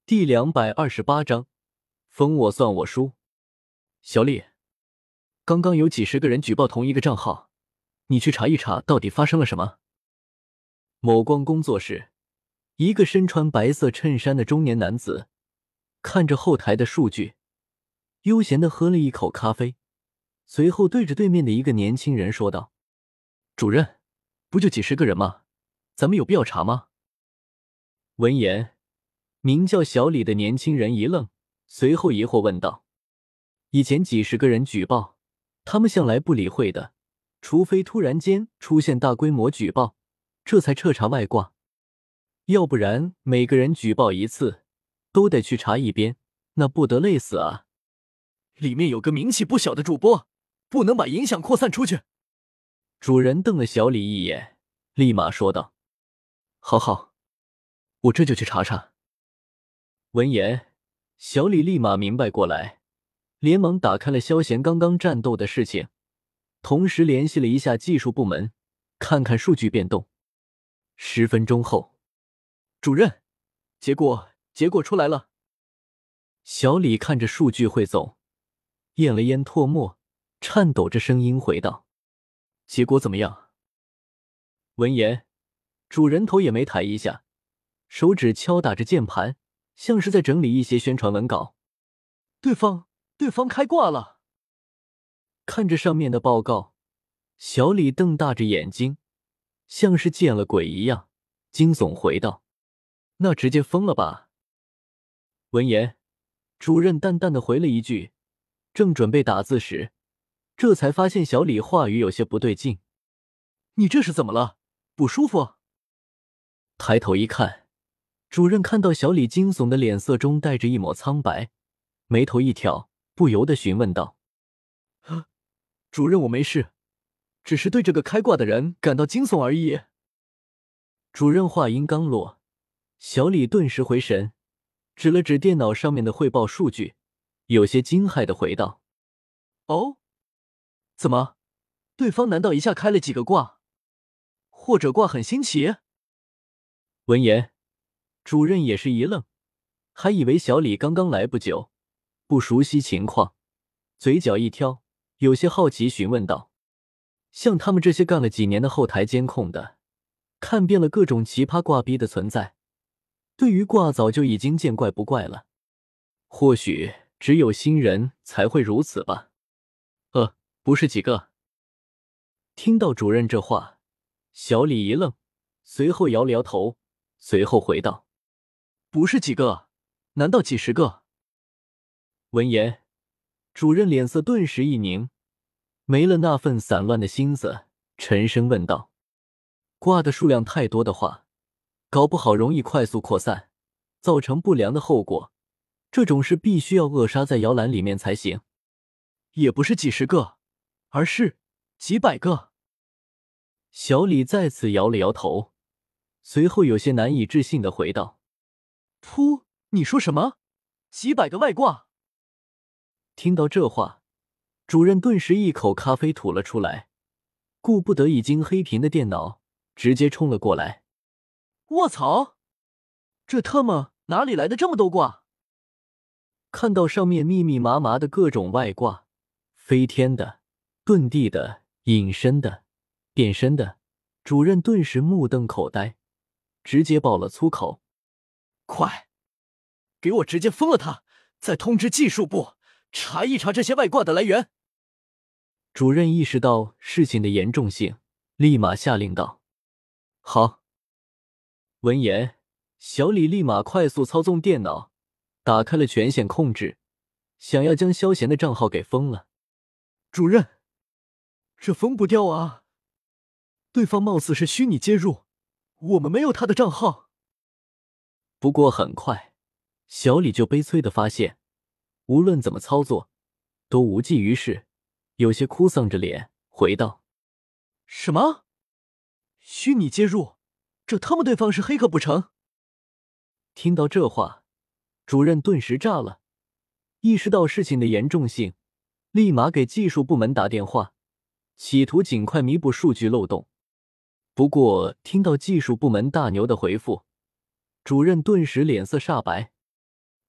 第228章，封我算我输。小李，刚刚有几十个人举报同一个账号，你去查一查到底发生了什么。某光工作室，一个身穿白色衬衫的中年男子看着后台的数据，悠闲地喝了一口咖啡，随后对着对面的一个年轻人说道：主任，不就几十个人吗？咱们有必要查吗？闻言，名叫小李的年轻人一愣，随后疑惑问道：以前几十个人举报，他们向来不理会的，除非突然间出现大规模举报，这才彻查外挂，要不然每个人举报一次都得去查一遍，那不得累死啊。 里面有个名气不小的主播，不能把影响扩散出去。 主人瞪了小李一眼，立马说道：好好，我这就去查查。闻言，小李立马明白过来，连忙打开了萧贤刚刚战斗的事情，同时联系了一下技术部门，看看数据变动。10分钟后， 主任，结果出来了。 小李看着数据汇总，咽了咽唾沫，颤抖着声音回道：结果怎么样？闻言，主人头也没抬一下，手指敲打着键盘，像是在整理一些宣传文稿。 对方开挂了。 看着上面的报告，小李瞪大着眼睛，像是见了鬼一样，惊悚回道：那直接封了吧。闻言，主任淡淡的回了一句，正准备打字时，这才发现小李话语有些不对劲。 你这是怎么了？不舒服？ 抬头一看，主任看到小李惊悚的脸色中带着一抹苍白，眉头一挑，不由得询问道： 主任，我没事，只是对这个开挂的人感到惊悚而已。 主任话音刚落，小李顿时回神，指了指电脑上面的汇报数据，有些惊骇地回道： 哦，怎么？对方难道一下开了几个挂？或者挂很新奇？ 闻言，主任也是一愣，还以为小李刚刚来不久，不熟悉情况，嘴角一挑，有些好奇询问道：像他们这些干了几年的后台监控的，看遍了各种奇葩挂逼的存在，对于挂早就已经见怪不怪了。或许只有新人才会如此吧。不是几个。听到主任这话，小李一愣，随后摇了摇头，随后回道： 不是几个，难道几十个？ 闻言，主任脸色顿时一凝，没了那份散乱的心思，沉声问道：挂的数量太多的话，搞不好容易快速扩散，造成不良的后果，这种事必须要扼杀在摇篮里面才行。 也不是几十个，而是几百个。 小李再次摇了摇头，随后有些难以置信地回道： 噗，你说什么？几百个外挂？ 听到这话，主任顿时一口咖啡吐了出来，顾不得已经黑屏的电脑，直接冲了过来。 卧槽，这特么哪里来的这么多挂？ 看到上面密密麻麻的各种外挂，飞天的、遁地的、隐身的、变身的，主任顿时目瞪口呆，直接爆了粗口： 快给我直接封了他，再通知技术部查一查这些外挂的来源。 主任意识到事情的严重性，立马下令道：好。闻言，小李立马快速操纵电脑，打开了权限控制，想要将萧贤的账号给封了。 主任，这封不掉啊，对方貌似是虚拟接入，我们没有他的账号。 不过很快，小李就悲催地发现，无论怎么操作都无济于事，有些哭丧着脸回道： 什么？虚拟接入？这他妈对方是黑客不成？ 听到这话，主任顿时炸了，意识到事情的严重性，立马给技术部门打电话，企图尽快弥补数据漏洞。不过听到技术部门大牛的回复，主任顿时脸色煞白。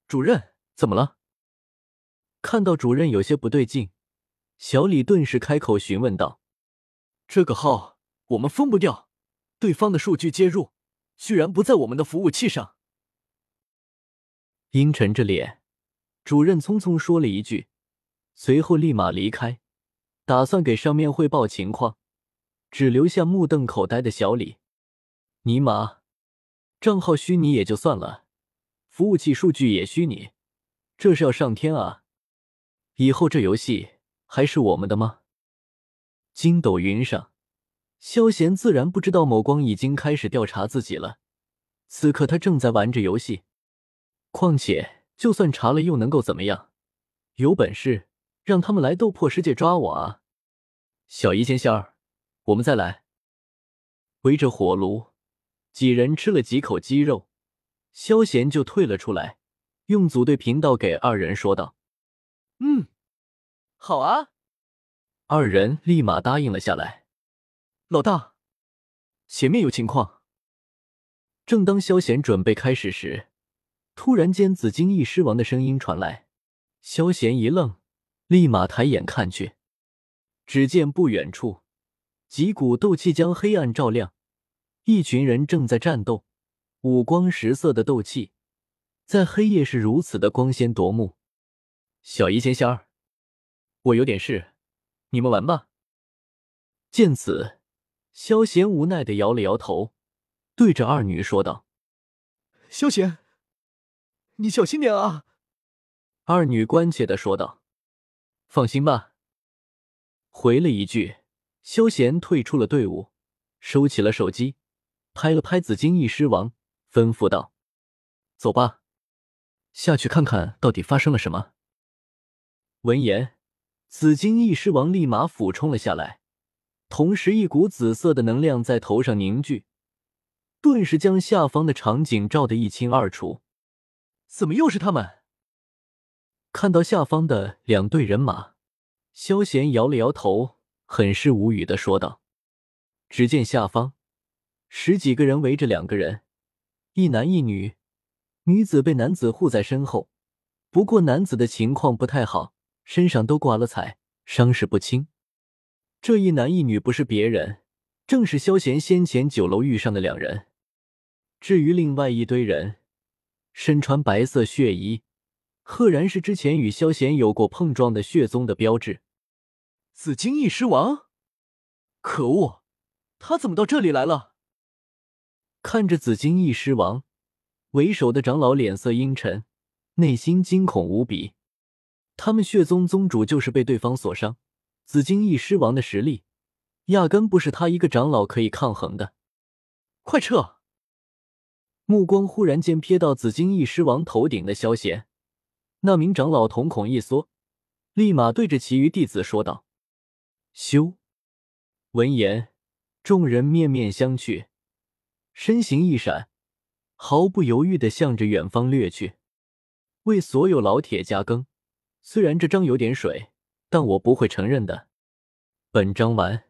主任，怎么了？ 看到主任有些不对劲，小李顿时开口询问道：“ 这个号我们封不掉，对方的数据接入居然不在我们的服务器上。” 阴沉着脸，主任匆匆说了一句，随后立马离开，打算给上面汇报情况，只留下目瞪口呆的小李。尼玛，账号虚拟也就算了，服务器数据也虚拟，这是要上天啊！以后这游戏还是我们的吗？筋斗云上，萧贤自然不知道某光已经开始调查自己了，此刻他正在玩着游戏。况且就算查了又能够怎么样？有本事让他们来斗破世界抓我啊！小医仙仙儿，我们再来。围着火炉，几人吃了几口鸡肉，萧贤就退了出来，用组队频道给二人说道：“ 好啊。” 二人立马答应了下来。 老大，前面有情况。 正当萧贤准备开始时，突然间紫金翼狮王的声音传来。萧贤一愣，立马抬眼看去，只见不远处几股斗气将黑暗照亮，一群人正在战斗，五光十色的斗气在黑夜是如此的光鲜夺目。小医仙仙儿，我有点事，你们玩吧。见此，萧贤无奈地摇了摇头，对着二女说道：“ 萧贤，你小心点啊！” 二女关切地说道：“放心吧。”回了一句，萧贤退出了队伍，收起了手机，拍了拍紫金翼狮王，吩咐道：“走吧，下去看看到底发生了什么。”闻言，紫金翼狮王立马俯冲了下来，同时一股紫色的能量在头上凝聚，顿时将下方的场景照得一清二楚。 怎么又是他们？ 看到下方的两队人马，萧贤摇了摇头，很是无语地说道：“只见下方十几个人围着两个人，一男一女，女子被男子护在身后，不过男子的情况不太好，身上都挂了彩，伤势不轻。这一男一女不是别人，正是萧贤先前酒楼遇上的两人。至于另外一堆人，身穿白色血衣，赫然是之前与萧贤有过碰撞的血宗的标志。 紫金翼狮王？可恶，他怎么到这里来了？ 看着紫金翼狮王，为首的长老脸色阴沉，内心惊恐无比。他们血宗宗主就是被对方所伤，紫金翼狮王的实力压根不是他一个长老可以抗衡的。 快撤！ 目光忽然间瞥到紫金翼狮王头顶的萧贤，那名长老瞳孔一缩，立马对着其余弟子说道：“休！”闻言，众人面面相觑，身形一闪，毫不犹豫地向着远方掠去。为所有老铁加更，虽然这章有点水，但我不会承认的。本章完。